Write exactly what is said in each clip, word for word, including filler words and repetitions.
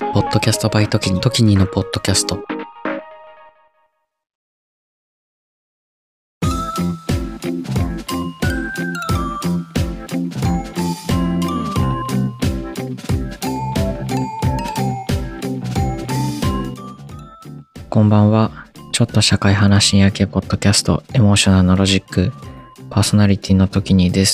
ポッドキャストバイトキニ、トキニのポッドキャスト。こんばんは。ちょっと社会派深夜系ポッドキャスト、エモーショナルのロジック、パーソナリティのトキニです。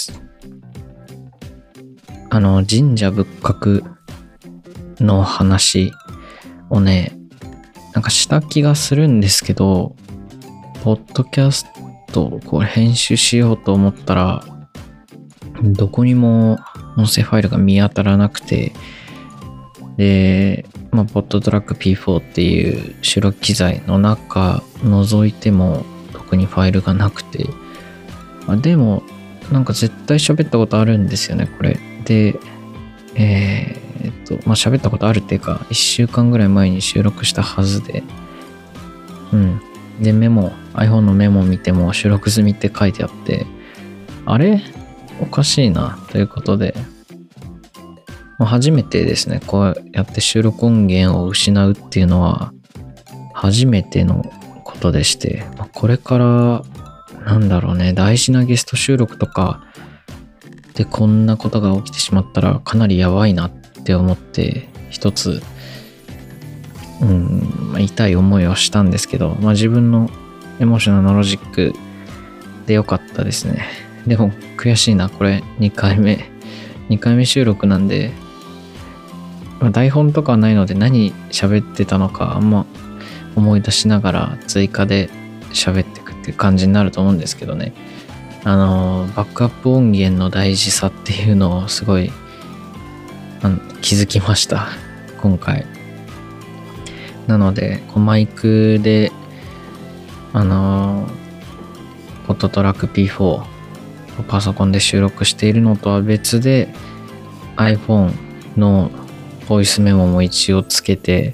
あの、神社仏閣の話をね、なんかした気がするんですけど、ポッドキャストこれ編集しようと思ったら、どこにも音声ファイルが見当たらなくて、で、まあ、ポッドトラック ピーフォー っていう収録機材の中覗いても特にファイルがなくて、まあ、でもなんか絶対喋ったことあるんですよね、これ。で、えー、っと、まあ、喋ったことあるっていうか、いっしゅうかんぐらい前に収録したはずで、うん。で、メモ、iPhone のメモを見ても収録済みって書いてあって、あれ？おかしいな、ということで、まあ、初めてですね、こうやって収録音源を失うっていうのは、初めてのことでして、まあ、これから、なんだろうね、大事なゲスト収録とかでこんなことが起きてしまったらかなりやばいなって思って一つ、うんまあ、痛い思いをしたんですけど、まあ、自分のエモーショナルのロジックでよかったですね。でも悔しいな、これにかいめにかいめ収録なんで、まあ、台本とかはないので何喋ってたのかあんま思い出しながら追加で喋っていくっていう感じになると思うんですけどね。あのバックアップ音源の大事さっていうのをすごいあの気づきました今回。なのでこうマイクであのポッドトラック ピーフォー パソコンで収録しているのとは別で iPhone のボイスメモも一応つけて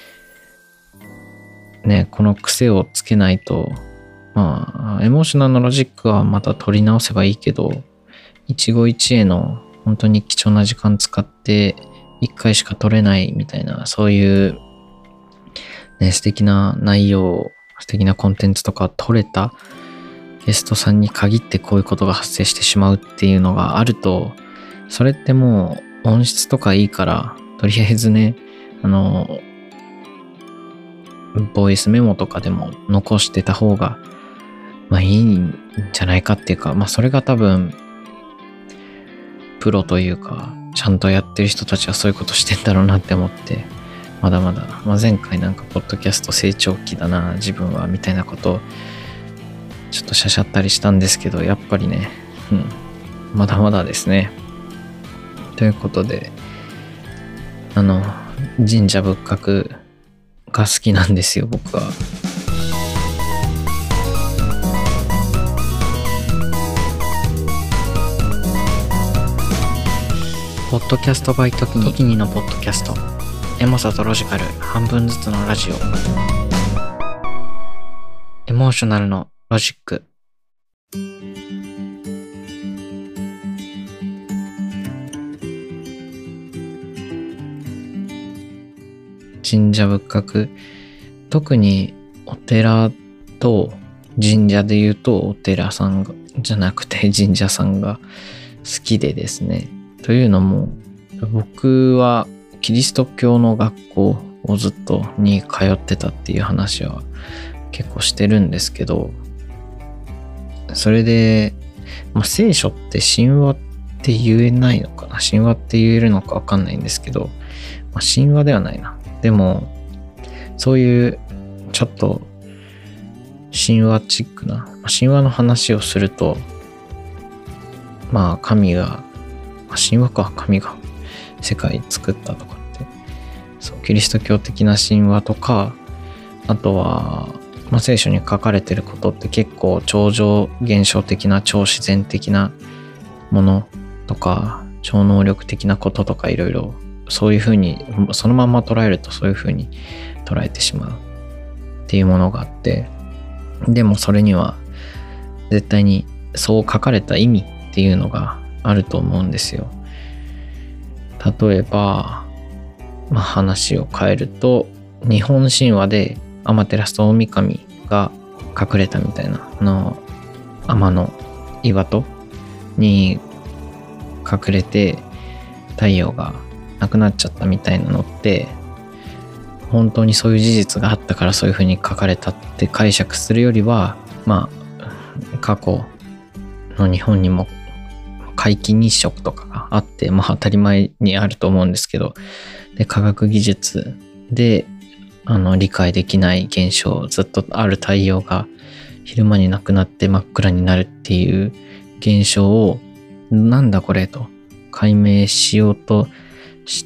ね、この癖をつけないと、まあエモーショナルのロジックはまた取り直せばいいけど、一期一会の本当に貴重な時間使って一回しか取れないみたいな、そういうね、素敵な内容、素敵なコンテンツとか取れたゲストさんに限ってこういうことが発生してしまうっていうのがあると、それってもう音質とかいいからとりあえずね、あのボイスメモとかでも残してた方がまあいいんじゃないかっていうか、まあそれが多分プロというかちゃんとやってる人たちはそういうことしてんだろうなって思って、まだまだ、まあ、前回なんかポッドキャスト成長期だな自分はみたいなことをちょっとしゃしゃったりしたんですけど、やっぱりね、うん、まだまだですね。ということで、あの神社仏閣が好きなんですよ、僕は。ポッドキャストバイトキニ、トキニのポッドキャスト、エモさとロジカル半分ずつのラジオ、エモーショナルのロジック。神社仏閣、特にお寺と神社で言うとお寺さんがじゃなくて神社さんが好きでですね。というのも僕はキリスト教の学校をずっとに通ってたっていう話は結構してるんですけど、それで、まあ、聖書って神話って言えないのかな、神話って言えるのかわかんないんですけど、まあ、神話ではないな。でもそういうちょっと神話チックな神話の話をすると、まあ神が神話か神が世界作ったとかって、そうキリスト教的な神話とか、あとは、まあ、聖書に書かれてることって結構超常現象的な超自然的なものとか超能力的なこととかいろいろそういうふうにそのまま捉えるとそういうふうに捉えてしまうっていうものがあって、でもそれには絶対にそう書かれた意味っていうのがあると思うんですよ。例えばまあ、話を変えると、日本神話で天照大神が隠れたみたいな、あの天の岩戸に隠れて太陽がなくなっちゃったみたいなのって、本当にそういう事実があったからそういう風に書かれたって解釈するよりは、まあ過去の日本にも皆既日食とかがあって、まあ当たり前にあると思うんですけど、で科学技術であの理解できない現象、ずっとある太陽が昼間になくなって真っ暗になるっていう現象を、なんだこれと解明しようとして、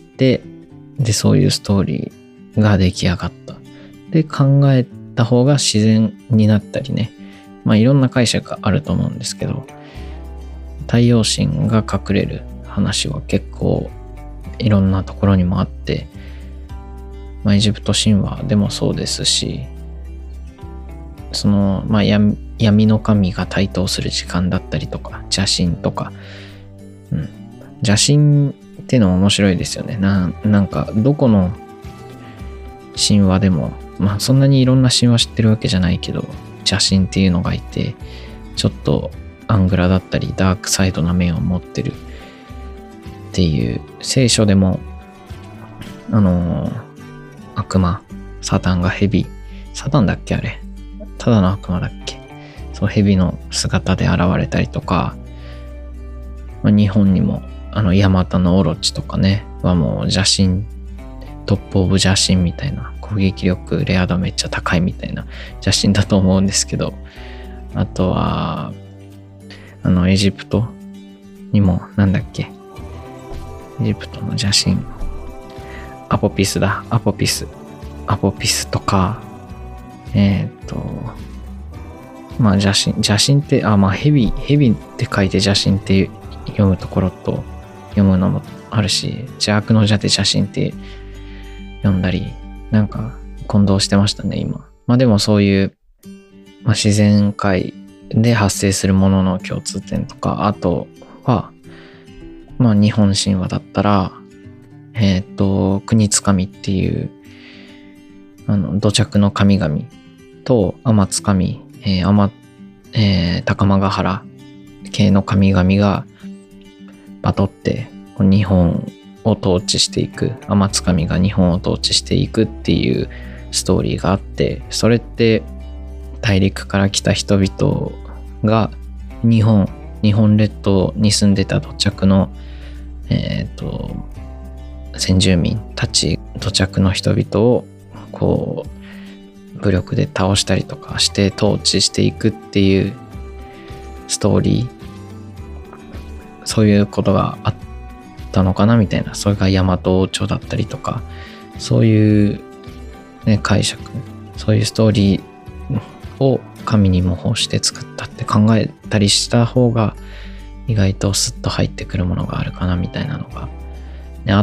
でそういうストーリーが出来上がった。で考えた方が自然になったりね、まあいろんな解釈があると思うんですけど、太陽神が隠れる話は結構いろんなところにもあって、まあ、エジプト神話でもそうですし、その、まあ、闇, 闇の神が台頭する時間だったりとか、邪神とか、うん、邪神っていうのも面白いですよね。な, なんかどこの神話でも、まあそんなにいろんな神話知ってるわけじゃないけど、邪神っていうのがいて、ちょっとアングラだったりダークサイドな面を持ってるっていう、聖書でもあのー悪魔、サタンが蛇、サタンだっけあれ、ただの悪魔だっけ、そう蛇の姿で現れたりとか、まあ、日本にもあのヤマタノオロチとかねはもう邪神、トップオブ邪神みたいな、攻撃力レア度めっちゃ高いみたいな邪神だと思うんですけど、あとはあのエジプトにもなんだっけ、エジプトの邪神アポピスだ、アポピス。アポピスとか、えっと、まあ邪神、邪神って、あ、まあ蛇、蛇って書いて邪神って読むところと読むのもあるし、邪悪の邪で邪神って読んだり、なんか混同してましたね、今。まあでもそういう、まあ、自然界で発生するものの共通点とか、あとは、まあ日本神話だったら、えっと、国津神っていう、あの、土着の神々と、天津神、えー、天、えー、高間ヶ原系の神々がバトって、日本を統治していく、天津神が日本を統治していくっていうストーリーがあって、それって大陸から来た人々が日本、日本列島に住んでた土着の、えっと、先住民たち、土着の人々をこう武力で倒したりとかして統治していくっていうストーリー、そういうことがあったのかなみたいな、それが大和王朝だったりとか、そういう、ね、解釈、そういうストーリーを神に模倣して作ったって考えたりした方が意外とスッと入ってくるものがあるかなみたいなのがあって、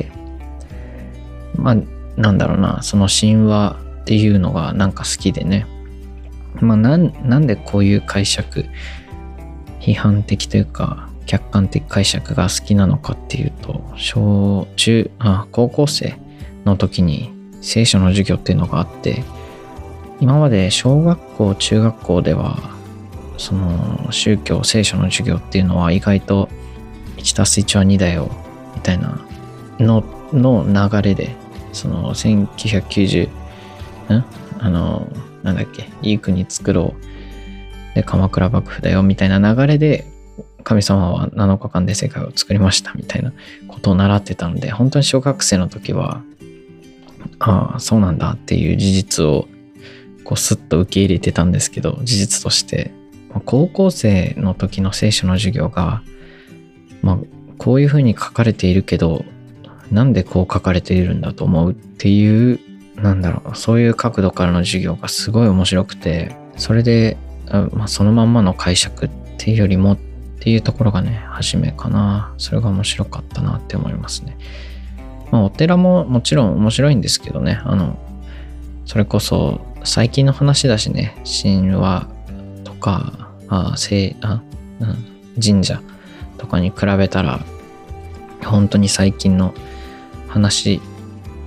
まあなんだろうな、その神話っていうのがなんか好きでね、まあなんなんでこういう解釈、批判的というか客観的解釈が好きなのかっていうと、小中あ高校生の時に聖書の授業っていうのがあって、今まで小学校中学校ではその宗教聖書の授業っていうのは意外と いちたすいち はにだよみたいなのの流れで、そのせんきゅうひゃくきゅうじゅう、んあのなんだっけ、いい国作ろうで鎌倉幕府だよみたいな流れで、神様はなのかかんで世界を作りましたみたいなことを習ってたので、本当に小学生の時はああそうなんだっていう事実をこうスッと受け入れてたんですけど、事実として高校生の時の聖書の授業が、まあこういうふうに書かれているけど、なんでこう書かれているんだと思うっていう、なんだろう、そういう角度からの授業がすごい面白くて、それで、まあ、そのまんまの解釈っていうよりもっていうところがね、初めかな。それが面白かったなって思いますね。まあお寺ももちろん面白いんですけどね、あのそれこそ最近の話だしね、神話とかあ聖あ、うん、神社とかに比べたら本当に最近の話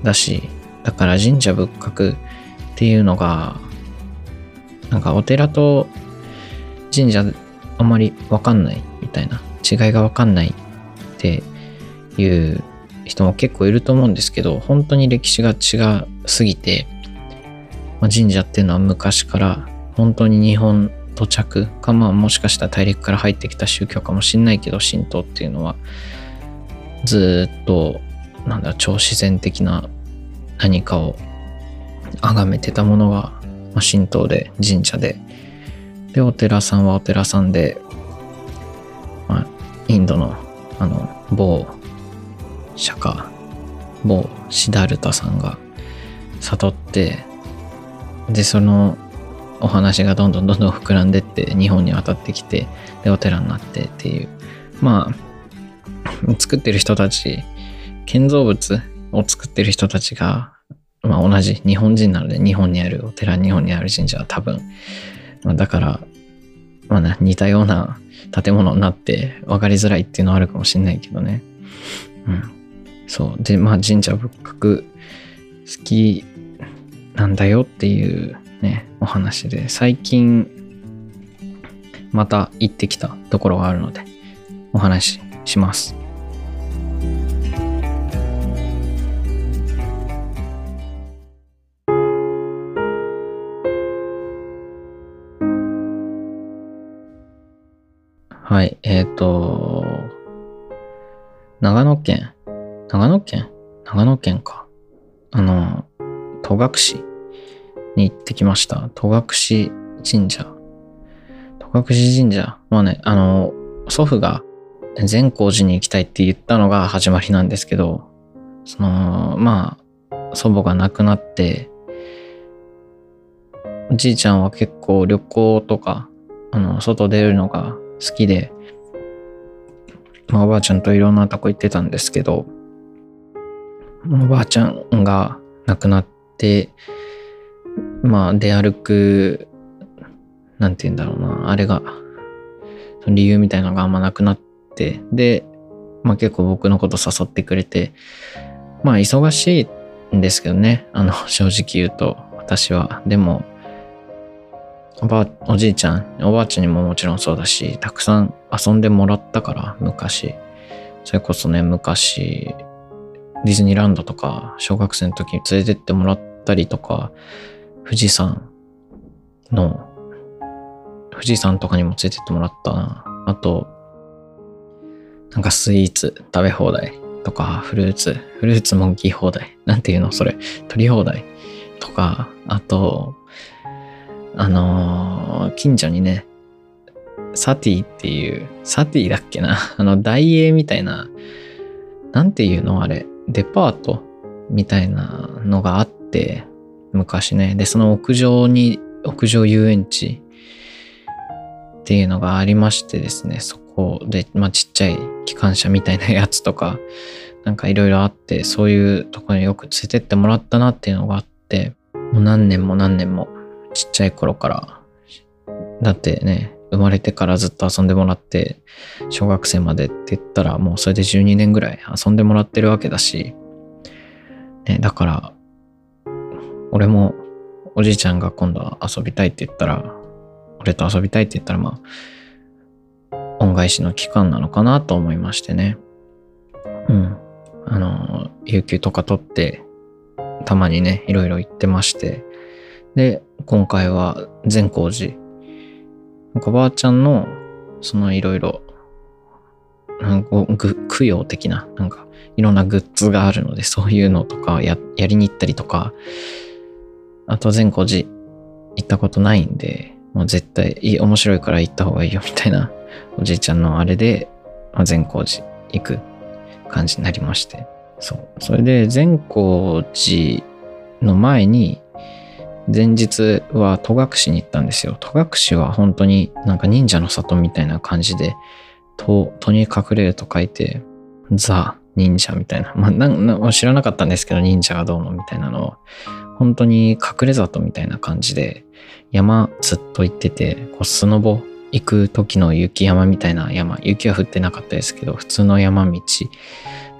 だし、だから神社仏閣っていうのが、なんかお寺と神社あんまりわかんないみたいな、違いがわかんないっていう人も結構いると思うんですけど、本当に歴史が違うすぎて、まあ、神社っていうのは昔から本当に日本土着か、まあもしかしたら大陸から入ってきた宗教かもしれないけど、神道っていうのはずっとなんだ超自然的な何かを崇めてたものが、まあ、神道で神社で、でお寺さんはお寺さんで、まあ、インドのあの某釈迦某シダルタさんが悟って、でそのお話がどんどんどんどん膨らんでって日本に渡ってきて、でお寺になってっていう、まあ作ってる人たち、建造物を作ってる人たちが、まあ、同じ日本人なので、日本にあるお寺、日本にある神社は多分、まあ、だから、まあね、似たような建物になって分かりづらいっていうのはあるかもしれないけどね。うん。そうで、まあ神社仏閣好きなんだよっていうねお話で、最近また行ってきたところがあるのでお話しします。はい、えっと、長野県、長野県長野県か。あの、戸隠に行ってきました。戸隠神社。戸隠神社はね、あの、祖父が善光寺に行きたいって言ったのが始まりなんですけど、その、まあ、祖母が亡くなって、おじいちゃんは結構旅行とか、あの、外出るのが好きで、まあ、おばあちゃんといろんなとこ行ってたんですけど、おばあちゃんが亡くなって、まあ出歩く、なんて言うんだろうな、あれが、その理由みたいなのがあんまなくなって、で、まあ結構僕のこと誘ってくれて、まあ忙しいんですけどね、あの正直言うと私は。でも、おばあ、おじいちゃん、おばあちゃんにももちろんそうだし、たくさん遊んでもらったから、昔。それこそね、昔、ディズニーランドとか、小学生の時に連れてってもらったりとか、富士山の、富士山とかにも連れてってもらったな。あと、なんかスイーツ食べ放題とか、フルーツ、フルーツもぎ放題。なんていうのそれ。取り放題とか、あと、あのー、近所にね、サティっていう、サティだっけな、あの、大英みたいな、なんていうのあれ、デパートみたいなのがあって、昔ね。で、その屋上に、屋上遊園地っていうのがありましてですね、そこで、まあちっちゃい機関車みたいなやつとか、なんかいろいろあって、そういうところによく連れてってもらったなっていうのがあって、もう何年も何年も、ちっちゃい頃から、だってね、生まれてからずっと遊んでもらって、小学生までって言ったらもうそれでじゅうにねんぐらい遊んでもらってるわけだし、ね、だから、俺もおじいちゃんが今度は遊びたいって言ったら、俺と遊びたいって言ったらまあ、恩返しの期間なのかなと思いましてね。うん。あの、有給とか取って、たまにね、いろいろ行ってまして、で、今回は善光寺。おばあちゃんの、そのいろいろ、供養的な、なんか、いろんなグッズがあるので、そういうのとかや、やりに行ったりとか、あと善光寺行ったことないんで、もう絶対いい、面白いから行った方がいいよみたいな、おじいちゃんのあれで、善光寺行く感じになりまして。そう。それで善光寺の前に、前日は戸隠に行ったんですよ。戸隠は本当になんか忍者の里みたいな感じで、戸、戸に隠れると書いて、ザ忍者みたいな。まあなな、知らなかったんですけど、忍者がどうのみたいなのは。本当に隠れ里みたいな感じで、山ずっと行ってて、こうスノボ行く時の雪山みたいな山、雪は降ってなかったですけど、普通の山道、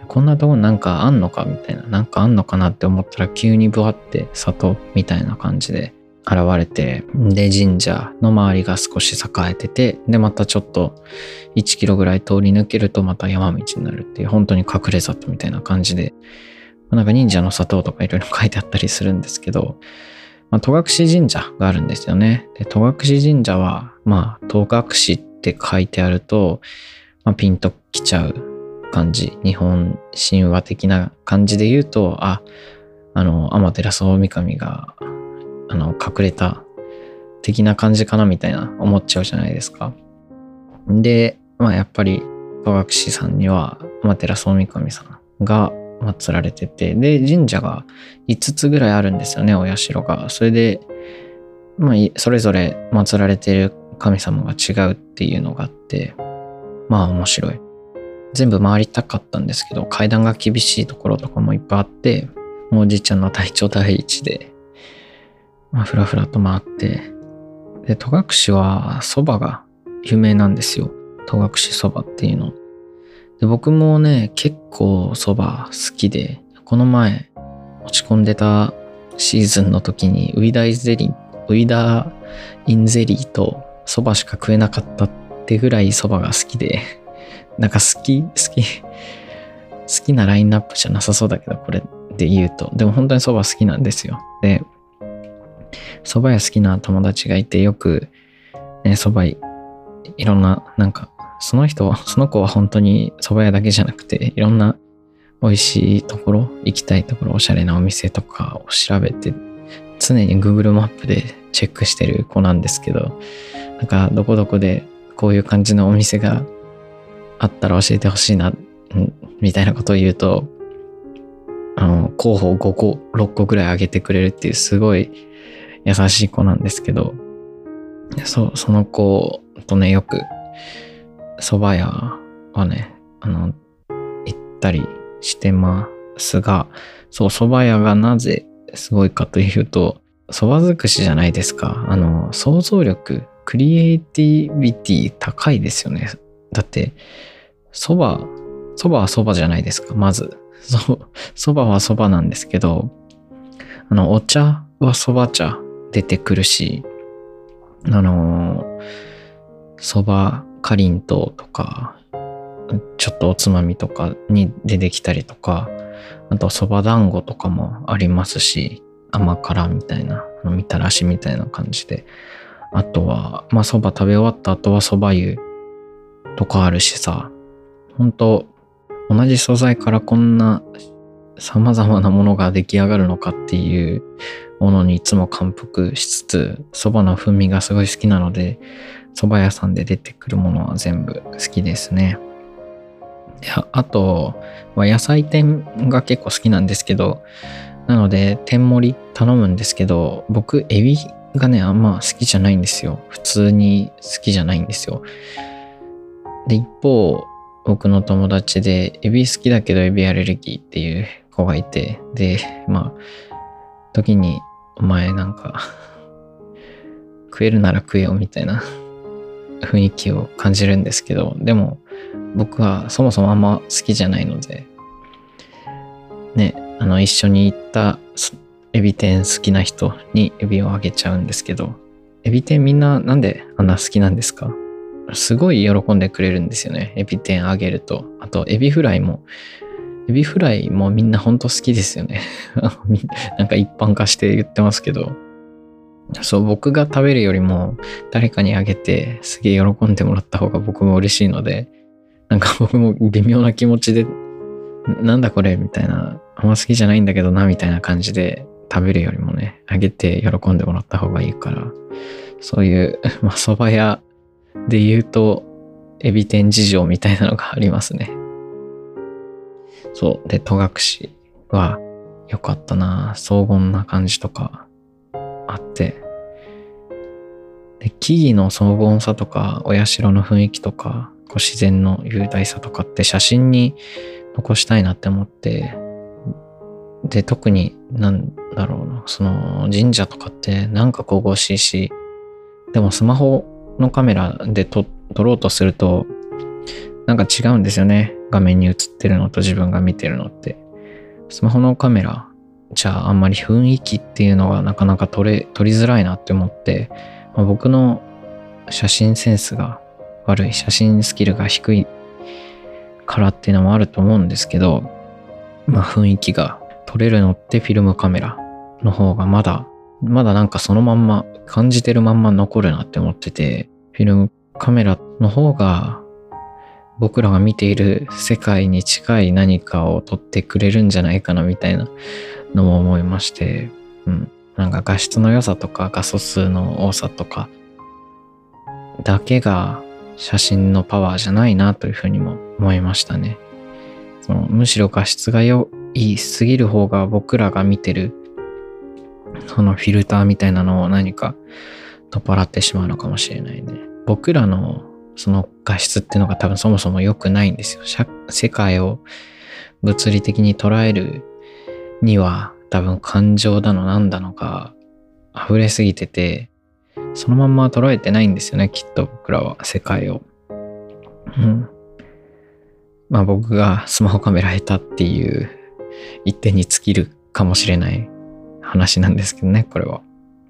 こんなとこなんかあんのかみたいな、なんかあんのかなって思ったら急にブワって里みたいな感じで現れて、で神社の周りが少し栄えてて、でまたちょっといちキロぐらい通り抜けるとまた山道になるっていう、本当に隠れ里みたいな感じで、なんか忍者の里とかいろいろ書いてあったりするんですけど、まあ、戸隠神社があるんですよね。で戸隠神社はまあ戸隠って書いてあると、まあ、ピンときちゃう感じ、日本神話的な感じで言うと、あ、あの天照大神があの隠れた的な感じかなみたいな思っちゃうじゃないですか。で、まあやっぱり戸隠さんには天照大神さんが祀られてて、で神社がいつつぐらいあるんですよね、お社が。それでまあそれぞれ祀られている神様が違うっていうのがあって、まあ面白い。全部回りたかったんですけど、階段が厳しいところとかもいっぱいあって、もうおじいちゃんの体調第一で、まあふらふらと回って、で戸隠は蕎麦が有名なんですよ。戸隠蕎麦っていうの。で僕もね結構蕎麦好きで、この前落ち込んでたシーズンの時にウイダイゼリーウイダーインゼリーと蕎麦しか食えなかったってぐらい蕎麦が好きで、なんか好き好き好きなラインナップじゃなさそうだけど、これで言うとでも本当に蕎麦好きなんですよ。で蕎麦屋好きな友達がいて、よくね蕎麦いろんな、なんかその人はその子は本当に蕎麦屋だけじゃなくて、いろんな美味しいところ、行きたいところ、おしゃれなお店とかを調べて、常に Google マップでチェックしてる子なんですけど、なんかどこどこでこういう感じのお店があったら教えてほしいなみたいなことを言うと、あの候補ごころっこぐらいあげてくれるっていう、すごい優しい子なんですけど、そうその子とねよく蕎麦屋はねあの行ったりしてますが、そう蕎麦屋がなぜすごいかというと、蕎麦尽くしじゃないですか。あの想像力、クリエイティビティ高いですよね。だって蕎麦蕎麦は蕎麦じゃないですか。まずそう蕎麦は蕎麦なんですけど、あのお茶は蕎麦茶出てくるし、あの蕎麦かりんとうとかちょっとおつまみとかに出てきたりとか、あと蕎麦団子とかもありますし、甘辛みたいな、みたらしみたいな感じで、あとはまあ蕎麦食べ終わった後は蕎麦湯とかあるしさ、ほんと同じ素材からこんな様々なものが出来上がるのかっていうものにいつも感服しつつ、蕎麦の風味がすごい好きなので、蕎麦屋さんで出てくるものは全部好きですね。であとは野菜天が結構好きなんですけど、なので天盛り頼むんですけど、僕エビがねあんま好きじゃないんですよ。普通に好きじゃないんですよ。で一方僕の友達でエビ好きだけどエビアレルギーっていう子がいて、でまあ時にお前なんか食えるなら食えよみたいな雰囲気を感じるんですけど、でも僕はそもそもあんま好きじゃないのでね、あの一緒に行ったエビ天好きな人にエビをあげちゃうんですけど、エビ天みんななんであんな好きなんですか？すごい喜んでくれるんですよね、エビ天あげると。あとエビフライもエビフライもみんなほんと好きですよねなんか一般化して言ってますけど、そう僕が食べるよりも誰かにあげてすげえ喜んでもらった方が僕も嬉しいので、なんか僕も微妙な気持ちでなんだこれみたいな、あんま好きじゃないんだけどなみたいな感じで食べるよりもね、あげて喜んでもらった方がいいから、そういうまあ蕎麦屋で言うとエビ天事情みたいなのがありますね。そうで戸隠は良かったな、荘厳な感じとかあって、で木々の荘厳さとかお社の雰囲気とかこう自然の雄大さとかって写真に残したいなって思って、で特になんだろうな、その神社とかってなんか神々しいし、でもスマホのカメラで撮撮ろうとするとなんか違うんですよね。画面に映ってるのと自分が見てるのって。スマホのカメラじゃああんまり雰囲気っていうのがなかなか撮れ、撮りづらいなって思って、まあ、僕の写真センスが悪い、写真スキルが低いからっていうのもあると思うんですけど、まあ雰囲気が撮れるのってフィルムカメラの方がまだ、まだなんかそのまんま感じてるまんま残るなって思ってて、フィルムカメラの方が僕らが見ている世界に近い何かを撮ってくれるんじゃないかなみたいなのも思いまして、うん。なんか画質の良さとか画素数の多さとかだけが写真のパワーじゃないなというふうにも思いましたね。そのむしろ画質が良いすぎる方が僕らが見てるそのフィルターみたいなのを何か取っ払ってしまうのかもしれないね。僕らのその画質っていうのが多分そもそも良くないんですよ。世界を物理的に捉えるには多分感情だのなんだのが溢れすぎてて、そのまんま捉えてないんですよね、きっと僕らは世界を。うん。まあ僕がスマホカメラ下手っていう一点に尽きるかもしれない話なんですけどね、これは。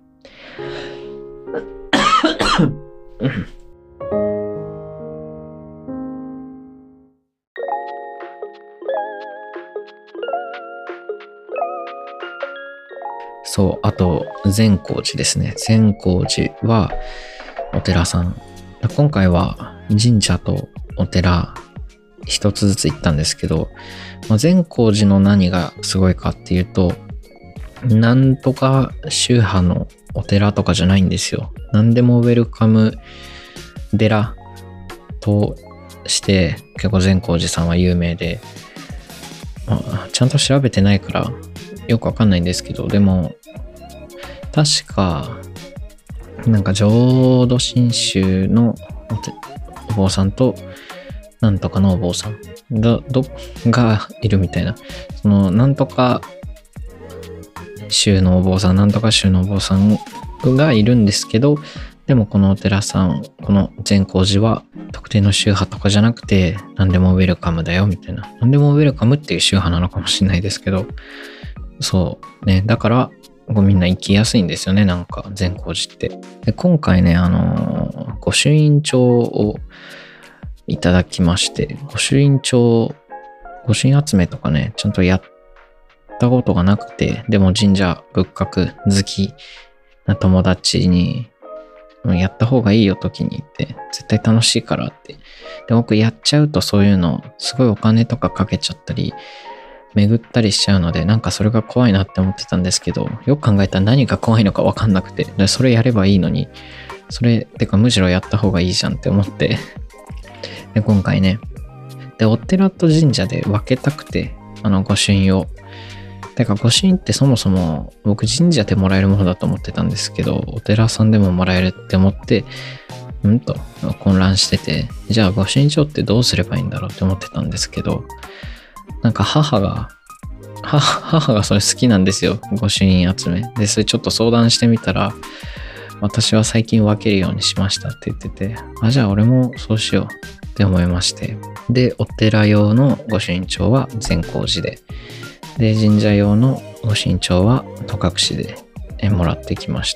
そう、あと善光寺ですね。善光寺はお寺さん。今回は神社とお寺一つずつ行ったんですけど、まあ、善光寺の何がすごいかっていうと、なんとか宗派のお寺とかじゃないんですよ。何でもウェルカム寺として結構善光寺さんは有名で、まあ、ちゃんと調べてないからよくわかんないんですけど、でも確かなんか浄土真宗のお坊さんとなんとかのお坊さんがどがいるみたいな、そのなんとか宗のお坊さんなんとか宗のお坊さんがいるんですけど、でもこのお寺さん、この善光寺は特定の宗派とかじゃなくて何でもウェルカムだよみたいな、何でもウェルカムっていう宗派なのかもしれないですけど、そうね、だからみんな行きやすいんですよね、なんか善光寺って。で今回ね、あの御朱印帳をいただきまして、御朱印帳御朱印集めとかねちゃんとやったことがなくて、でも神社仏閣好きな友達にやった方がいいよ時に言って、絶対楽しいからって。で僕やっちゃうとそういうのすごいお金とかかけちゃったり巡ったりしちゃうので、なんかそれが怖いなって思ってたんですけど、よく考えたら何が怖いのか分かんなくて、でそれやればいいのに、それてかむしろやった方がいいじゃんって思って、で今回ね、でお寺と神社で分けたくて、あの御朱印を、てか御朱印ってそもそも僕神社でもらえるものだと思ってたんですけど、お寺さんでももらえるって思ってうんと混乱してて、じゃあ御朱印帳ってどうすればいいんだろうって思ってたんですけど、なんか母が母母がそれ好きなんですよ、御朱印集めで。それちょっと相談してみたら、私は最近分けるようにしましたって言ってて、あじゃあ俺もそうしようって思いまして、でお寺用の御朱印帳は善光寺で、で神社用の御朱印帳は戸隠でもらってきました。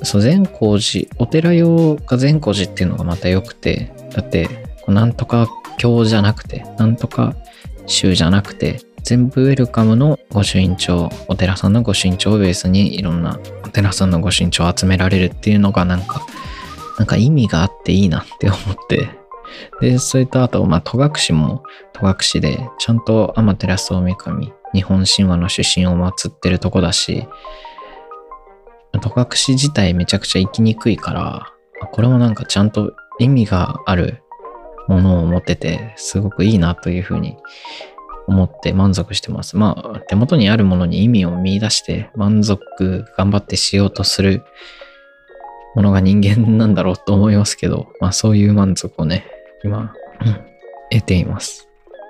そう、善光寺お寺用が善光寺っていうのがまた良くて、だってなんとか教じゃなくてなんとか宗じゃなくて全部ウェルカムの御朱印帳、お寺さんの御朱印帳をベースにいろんなお寺さんの御朱印帳を集められるっていうのがなんかなんか意味があっていいなって思って、でそれとあとまあ戸隠も戸隠でちゃんと天照大神、日本神話の主神を祀ってるとこだし、戸隠自体めちゃくちゃ行きにくいから、これもなんかちゃんと意味があるものを持っててすごくいいなというふうに思って満足してます。まあ手元にあるものに意味を見出して満足頑張ってしようとするものが人間なんだろうと思いますけど、まあそういう満足をね今、うん、得ています。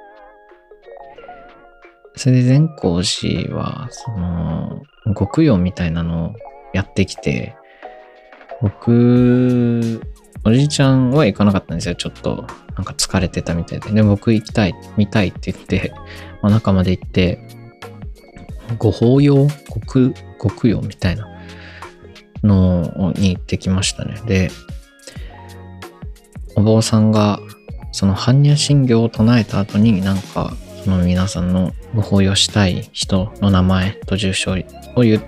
それで善光寺はそのご供養みたいなのをやってきて、僕おじいちゃんは行かなかったんですよ。ちょっとなんか疲れてたみたいで。で、僕行きたい、見たいって言って、まあ、中まで行って、ご法要、極、極陽みたいなのに行ってきましたね。で、お坊さんがその般若心経を唱えた後になんかその皆さんのご法要したい人の名前と住所を言って、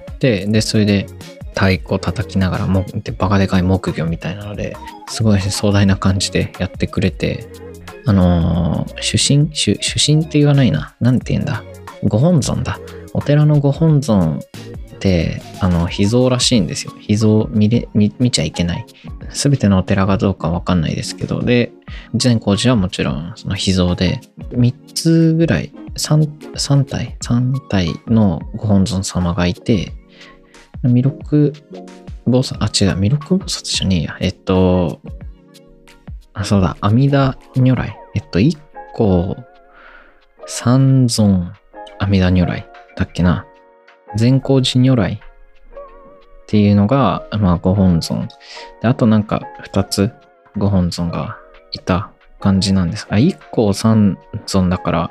でそれで太鼓を叩きながらもでバカでかい木魚みたいなのですごい壮大な感じでやってくれて、あのー、主神主主神って言わないな、なんて言うんだ、ご本尊だ、お寺のご本尊ってあの秘蔵らしいんですよ。秘蔵 見れ 見, 見ちゃいけない。すべてのお寺がどうかわかんないですけど、で善光寺はもちろんその秘蔵でみっつぐらい 3, 3体3体のご本尊様がいて、弥勒菩薩、あ違う弥勒菩薩じゃねえや、えっとあそうだ阿弥陀如来、えっといっこ三尊阿弥陀如来だっけな、善光寺如来っていうのが、まあ、ご本尊で、あとなんかふたつご本尊がいた感じなんですが、いっこさん尊だから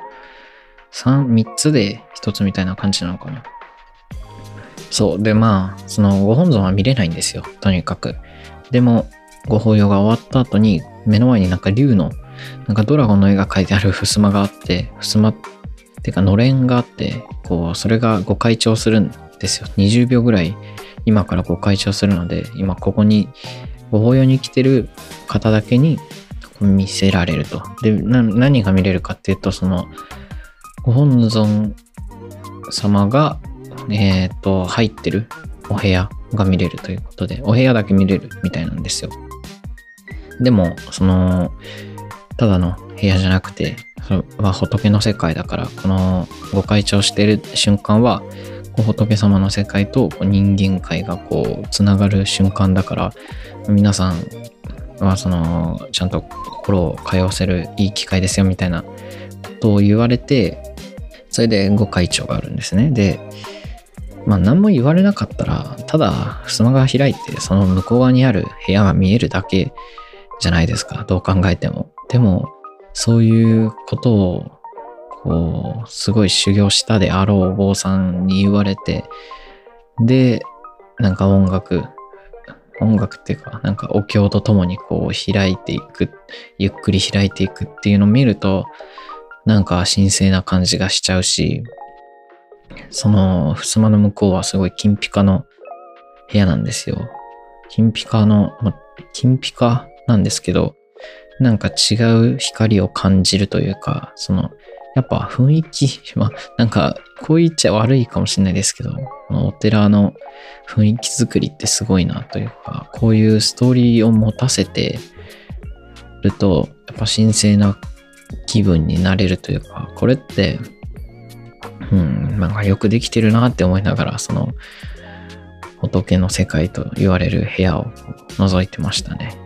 3、みっつでひとつみたいな感じなのかな。そうで、まあそのご本尊は見れないんですよ、とにかく。でもご法要が終わった後に目の前になんか竜のなんかドラゴンの絵が描いてある襖があって、襖っていうかのれんがあって、こうそれがご開帳するんですよ。にじゅうびょうぐらい今からご開帳するので、今ここにご法要に来てる方だけに見せられると。でな何が見れるかっていうと、そのご本尊様がえっと入ってるお部屋が見れるということで、お部屋だけ見れるみたいなんですよ。でもそのただの部屋じゃなくて、それは仏の世界だから、このご開帳している瞬間は仏様の世界と人間界がこうつながる瞬間だから、皆さんはそのちゃんと心を通わせるいい機会ですよみたいなことを言われて、それでご開帳があるんですね。でまあ何も言われなかったら、ただ襖が開いてその向こう側にある部屋が見えるだけじゃないですか、どう考えても。でもそういうことをこうすごい修行したであろうお坊さんに言われて、でなんか音楽音楽っていうかなんかお経とともにこう開いていく、ゆっくり開いていくっていうのを見ると、なんか神聖な感じがしちゃうし、その襖の向こうはすごい金ピカの部屋なんですよ。金ピカの、ま、金ピカなんですけど、なんか違う光を感じるというか、そのやっぱ雰囲気、まあ、なんかこう言っちゃ悪いかもしれないですけど、お寺の雰囲気作りってすごいなというか、こういうストーリーを持たせてるとやっぱ神聖な気分になれるというか、これってうんなんかよくできてるなって思いながら、その仏の世界と言われる部屋を覗いてましたね。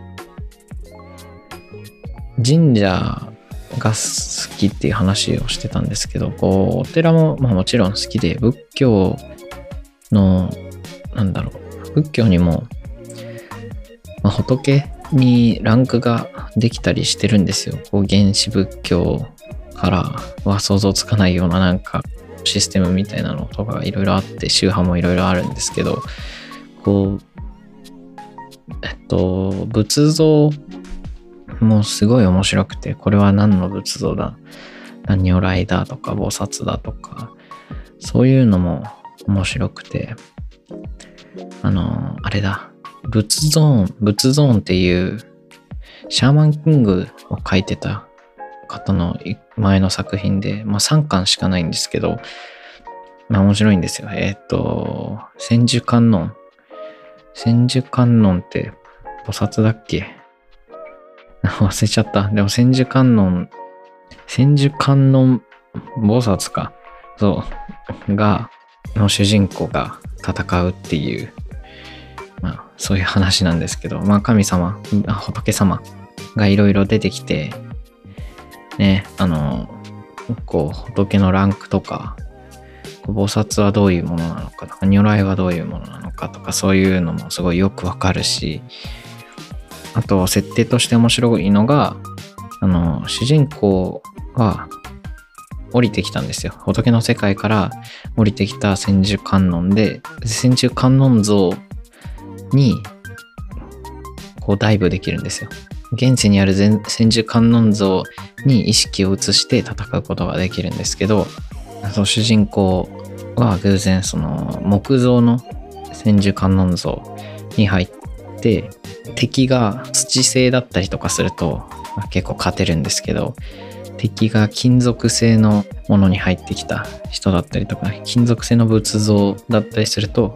神社が好きっていう話をしてたんですけど、こうお寺もまあもちろん好きで、仏教のなんだろう仏教にも、まあ、仏にランクができたりしてるんですよ。こう原始仏教からは想像つかないようななんかシステムみたいなのとかいろいろあって、宗派もいろいろあるんですけど、こうえっと仏像もうすごい面白くて、これは何の仏像だ、何如来だとか菩薩だとか、そういうのも面白くて、あのあれだ、仏ゾーン仏ゾーンっていうシャーマンキングを書いてた方の前の作品で、まあさんかんしかないんですけど、まあ面白いんですよ。えっと千手観音千手観音って菩薩だっけ、忘れちゃった。でも千手観音千手観音菩薩か、そうがの主人公が戦うっていう、まあそういう話なんですけど、まあ神様仏様がいろいろ出てきてね、あのこう仏のランクとか、菩薩はどういうものなのかとか、如来はどういうものなのかとか、そういうのもすごいよくわかるし、 あと設定として面白いのが、あの主人公が降りてきたんですよ。仏の世界から降りてきた千手観音で、千手観音像にこうダイブできるんですよ。現世にある千手観音像に意識を移して戦うことができるんですけど、その主人公は偶然その木造の千手観音像に入って、敵が土製だったりとかすると結構勝てるんですけど、敵が金属製のものに入ってきた人だったりとか、金属製の仏像だったりすると、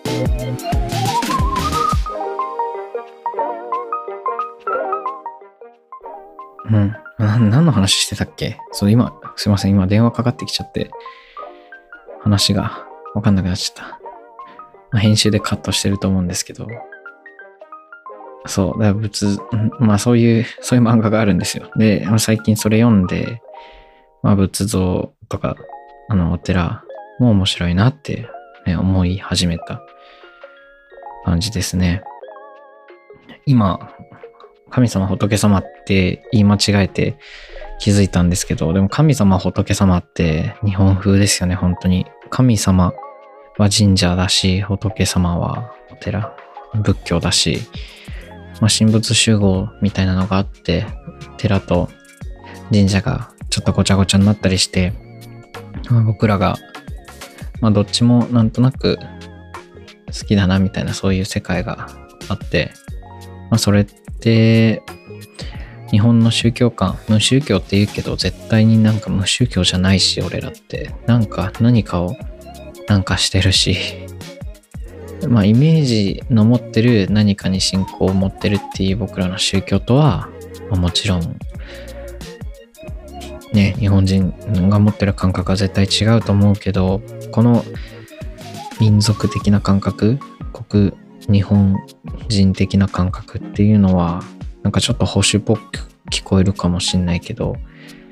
うん、な何の話してたっけ？そう、今すいません、今電話かかってきちゃって話が分かんなくなっちゃった。まあ、編集でカットしてると思うんですけど、そう、だから仏、まあそういう、そういう漫画があるんですよ。で、最近それ読んで、まあ仏像とか、あの、お寺も面白いなって、ね、思い始めた感じですね。今、神様仏様って言い間違えて気づいたんですけど、でも神様仏様って日本風ですよね、本当に。神様は神社だし、仏様はお寺、仏教だし、まあ、神仏集合みたいなのがあって、寺と神社がちょっとごちゃごちゃになったりして、まあ、僕らが、まあ、どっちもなんとなく好きだなみたいな、そういう世界があって、まあ、それって日本の宗教観、無宗教って言うけど絶対になんか無宗教じゃないし、俺らってなんか何かをなんかしてるし、まあイメージの持ってる何かに信仰を持ってるっていう僕らの宗教とは、まあ、もちろんね、日本人が持ってる感覚は絶対違うと思うけど、この民族的な感覚、国日本人的な感覚っていうのはなんかちょっと保守っぽく聞こえるかもしんないけど、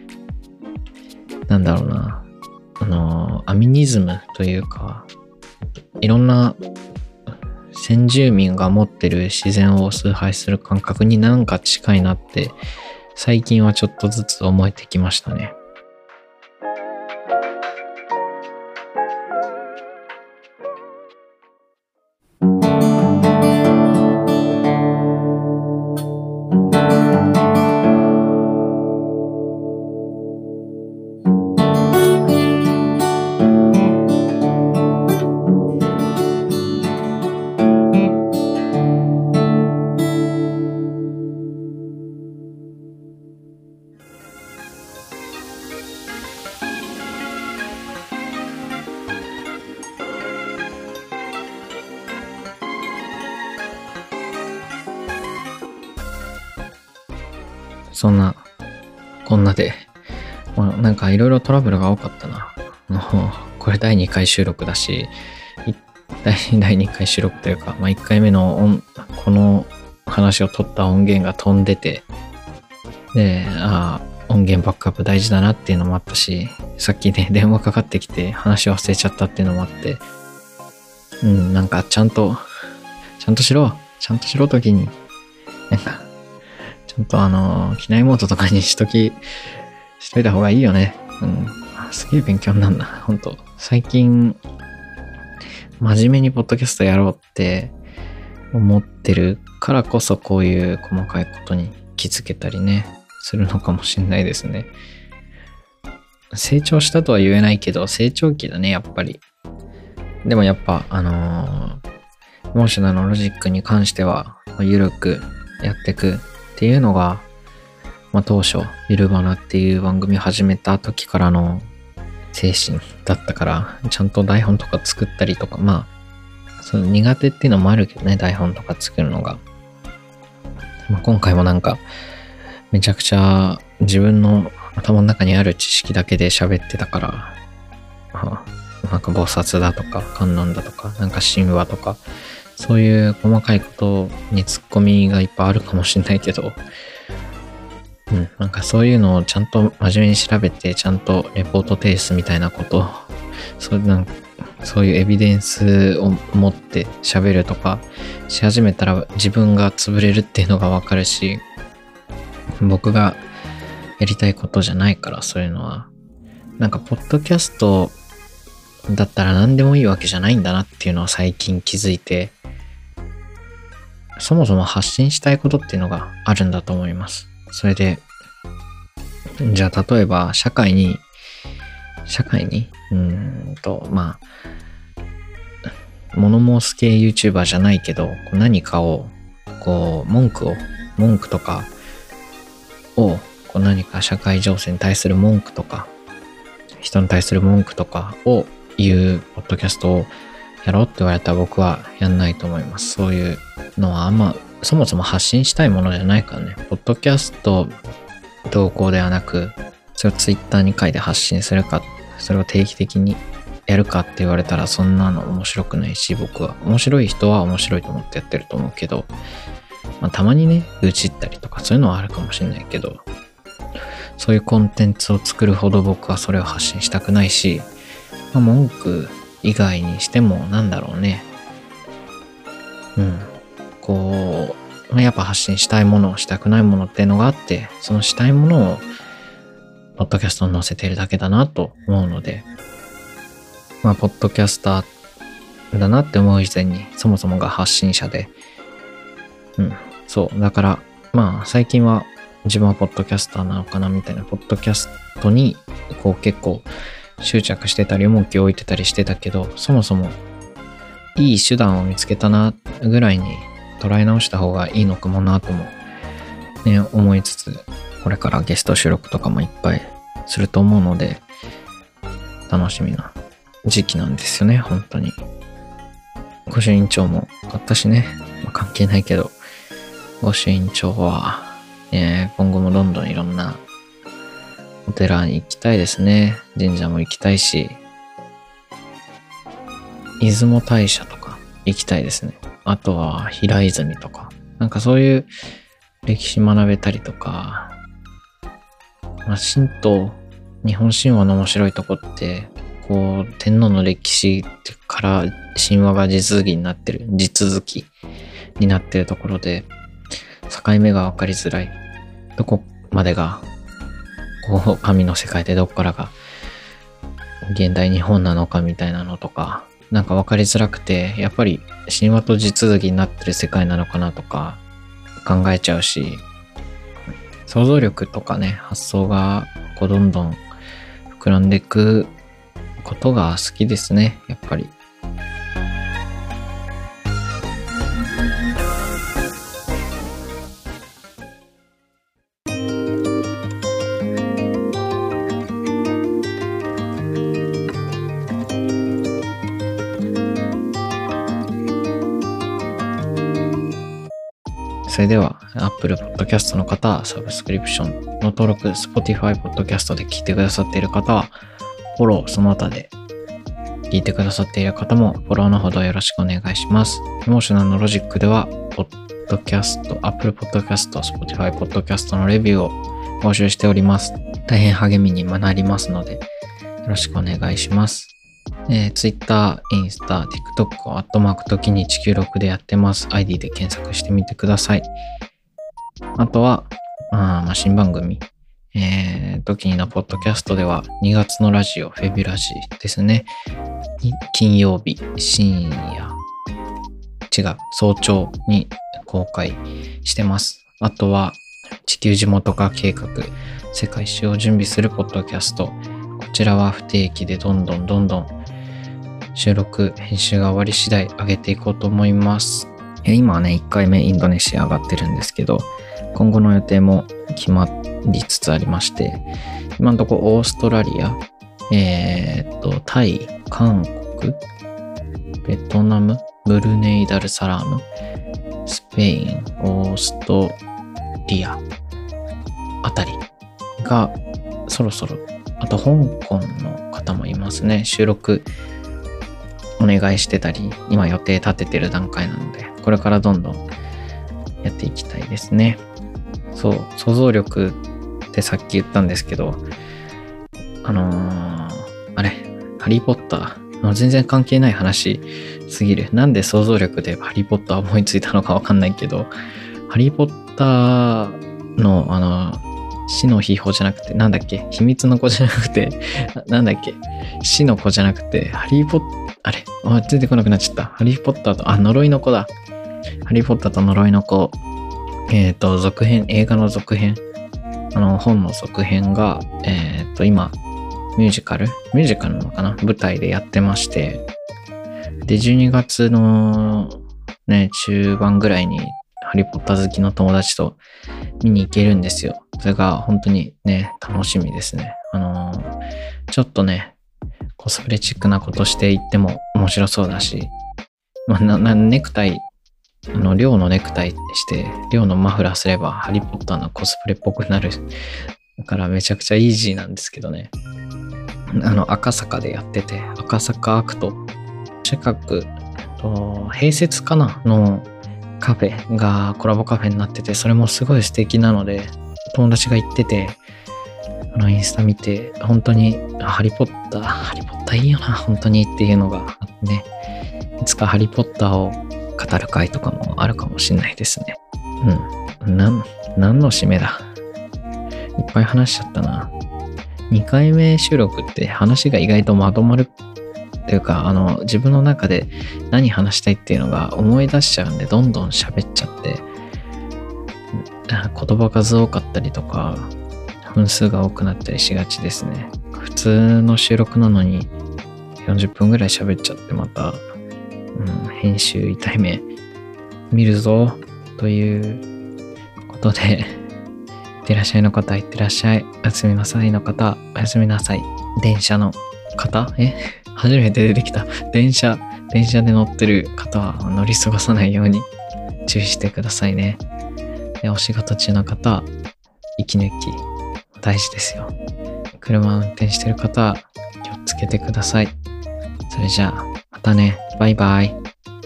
なんだろうな、あのアミニズムというか、いろんな先住民が持ってる自然を崇拝する感覚になんか近いなって最近はちょっとずつ思えてきましたね。そんなこんなで、まあ、なんかいろいろトラブルが多かったな。もうこれだいにかい収録だし、だいにかい収録というか、まあ、いっかいめの音この話を撮った音源が飛んでて、で、ああ、音源バックアップ大事だなっていうのもあったし、さっきね、電話かかってきて話忘れちゃったっていうのもあって、うん、なんかちゃんと、ちゃんとしろ、ちゃんとしろときに、なんか、ちゃんとあの、機内モードとかにしとき、しといた方がいいよね。うん。すげえ勉強になるな、ほんと。最近、真面目にポッドキャストやろうって思ってるからこそ、こういう細かいことに気づけたりね、するのかもしれないですね。成長したとは言えないけど、成長期だね、やっぱり。でもやっぱ、あのー、モーショナルのロジックに関しては、ゆるくやっていくっていうのが、まあ、当初、ゆるばなっていう番組を始めた時からの精神だったから、ちゃんと台本とか作ったりとか、まあ、その苦手っていうのもあるけどね、台本とか作るのが。まあ、今回もなんか、めちゃくちゃ自分の頭の中にある知識だけで喋ってたから、まあ、なんか菩薩だとか観音だとかなんか神話とかそういう細かいことにツッコミがいっぱいあるかもしれないけど、うん、なんかそういうのをちゃんと真面目に調べてちゃんとレポート提出みたいなことをそうなんそういうエビデンスを持って喋るとかし始めたら自分が潰れるっていうのがわかるし、僕がやりたいことじゃないから、そういうのは。なんかポッドキャストだったら何でもいいわけじゃないんだなっていうのを最近気づいて、そもそも発信したいことっていうのがあるんだと思います。それで、じゃあ例えば社会に、社会に、うーんと、まあ、物申す系 YouTuber じゃないけど、何かを、こう、文句を、文句とかを、こう何か社会情勢に対する文句とか、人に対する文句とかを言うポッドキャストをやろうって言われたら僕はやんないと思います。そういうのはあんま、そもそも発信したいものじゃないからね。ポッドキャスト投稿ではなく、それをツイッターに書いて発信するか、それを定期的にやるかって言われたらそんなの面白くないし、僕は面白い人は面白いと思ってやってると思うけど、まあ、たまにね愚痴ったりとかそういうのはあるかもしれないけど、そういうコンテンツを作るほど僕はそれを発信したくないし、まあ、文句以外にしてもなんだろうね、うんこうやっぱ発信したいものをしたくないものっていうのがあって、そのしたいものをポッドキャストに載せているだけだなと思うので、まあポッドキャスターだなって思う以前にそもそもが発信者で、うんそうだからまあ最近は自分はポッドキャスターなのかなみたいな、ポッドキャストにこう結構執着してたり重きを置いてたりしてたけど、そもそもいい手段を見つけたなぐらいに捉え直した方がいいのかもなともね思いつつ、これからゲスト収録とかもいっぱいすると思うので楽しみな時期なんですよね。本当に御朱印帳も買ったしね、まあ、関係ないけど御朱印帳は、えー、今後もどんどんいろんなお寺に行きたいですね。神社も行きたいし、出雲大社とか行きたいですね。あとは平泉とか、なんかそういう歴史学べたりとか、まあ、神道、日本神話の面白いとこって、こう天皇の歴史から神話が地続きになってる、地続きになってるところで、境目が分かりづらい。どこまでがこう神の世界でどこからが現代日本なのかみたいなのとか、なんか分かりづらくて、やっぱり神話と地続きになってる世界なのかなとか考えちゃうし、想像力とかね発想がこうどんどん膨らんでいくことが好きですね、やっぱり。それでは Apple Podcast の方はサブスクリプションの登録、Spotify Podcast で聞いてくださっている方はフォロー、その他で聞いてくださっている方もフォローのほどよろしくお願いします。エモーショナルのロジックでは Podcast、Apple Podcast、Spotify Podcast のレビューを募集しております。大変励みになりますのでよろしくお願いします。えー、Twitter、インスタ、TikTok をアットマーク時にいちきゅうろくでやってます。アイディー で検索してみてください。あとは、あまあ、新番組、えー、時にのポッドキャストではにがつのラジオ、フェビュラジですね。金曜日、深夜、違う、早朝に公開してます。あとは、地球地元化計画、世界一周を準備するポッドキャスト。こちらは不定期でどんどんどんどん収録、編集が終わり次第上げていこうと思います。今はね、いっかいめインドネシア上がってるんですけど、今後の予定も決まりつつありまして、今のところオーストラリア、えー、っと、タイ、韓国、ベトナム、ブルネイダルサラーム、スペイン、オーストリアあたりがそろそろ、あと香港の方もいますね。収録お願いしてたり、今予定立ててる段階なので、これからどんどんやっていきたいですね。そう、想像力ってさっき言ったんですけど、あのー、あれ、ハリーポッター全然関係ない話すぎる。なんで想像力でハリーポッター思いついたのかわかんないけど、ハリーポッターのあの死の秘宝じゃなくて、なんだっけ、秘密の子じゃなくて、なんだっけ、死の子じゃなくて、ハリーポッあれあ出てこなくなっちゃった。ハリーポッターと、あ、呪いの子だ。ハリーポッターと呪いの子。えっと、続編、映画の続編。あの、本の続編が、えっと、今、ミュージカルミュージカルなのかな舞台でやってまして。で、じゅうにがつのね、中盤ぐらいに、ハリーポッター好きの友達と見に行けるんですよ。それが本当にね、楽しみですね。あのー、ちょっとね、コスプレチックなことしていっても面白そうだし、まあ、ななネクタイ、あの、寮のネクタイして、寮のマフラーすれば、ハリーポッターのコスプレっぽくなる。だからめちゃくちゃイージーなんですけどね。あの、赤坂でやってて、赤坂アクト、近く、と併設かなのカフェがコラボカフェになってて、それもすごい素敵なので、友達が行ってて、あのインスタ見て、本当にハリーポッター、ハリーポッターいいよな、本当にっていうのがあってね、いつかハリーポッターを語る会とかもあるかもしれないですね。うん。なん、何の締めだ。いっぱい話しちゃったな。にかいめ収録って話が意外とまとまるっていうか、あの、自分の中で何話したいっていうのが思い出しちゃうんで、どんどん喋っちゃって、言葉数多かったりとか、分数が多くなったりしがちですね。普通の収録なのによんじゅっぷんぐらい喋っちゃってまた、うん、編集痛い目見るぞということで、いってらっしゃいの方、いってらっしゃい。おやすみなさいの方、おやすみなさい。電車の方え初めて出てきた。電車、電車で乗ってる方は乗り過ごさないように注意してくださいね。でお仕事中の方、息抜き大事ですよ。車運転してる方は気をつけてください。それじゃあまたね。バイバイ。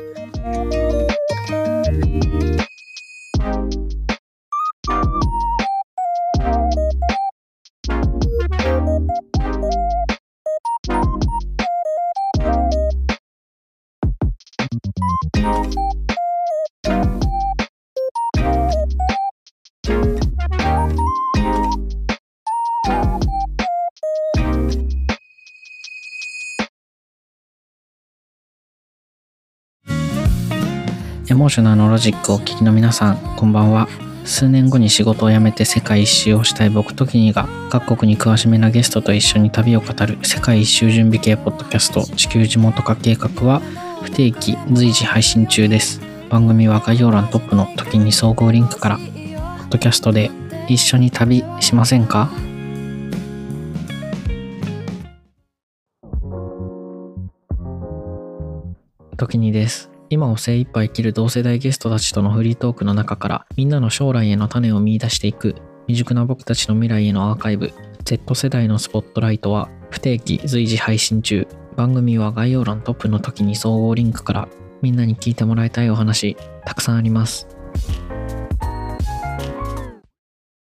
エモーショナルのロジックをお聞きの皆さん、こんばんは。数年後に仕事を辞めて世界一周をしたい僕ときにが、各国に詳しめなゲストと一緒に旅を語る世界一周準備系ポッドキャスト、地球地元化計画は不定期随時配信中です。番組は概要欄トップの時に総合リンクから、ポッドキャストで一緒に旅しませんか？時にです。今を精一杯生きる同世代ゲストたちとのフリートークの中からみんなの将来への種を見出していく未熟な僕たちの未来へのアーカイブ Z 世代のスポットライトは不定期随時配信中。番組は概要欄トップの時に総合リンクからみんなに聞いてもらいたいお話たくさんあります。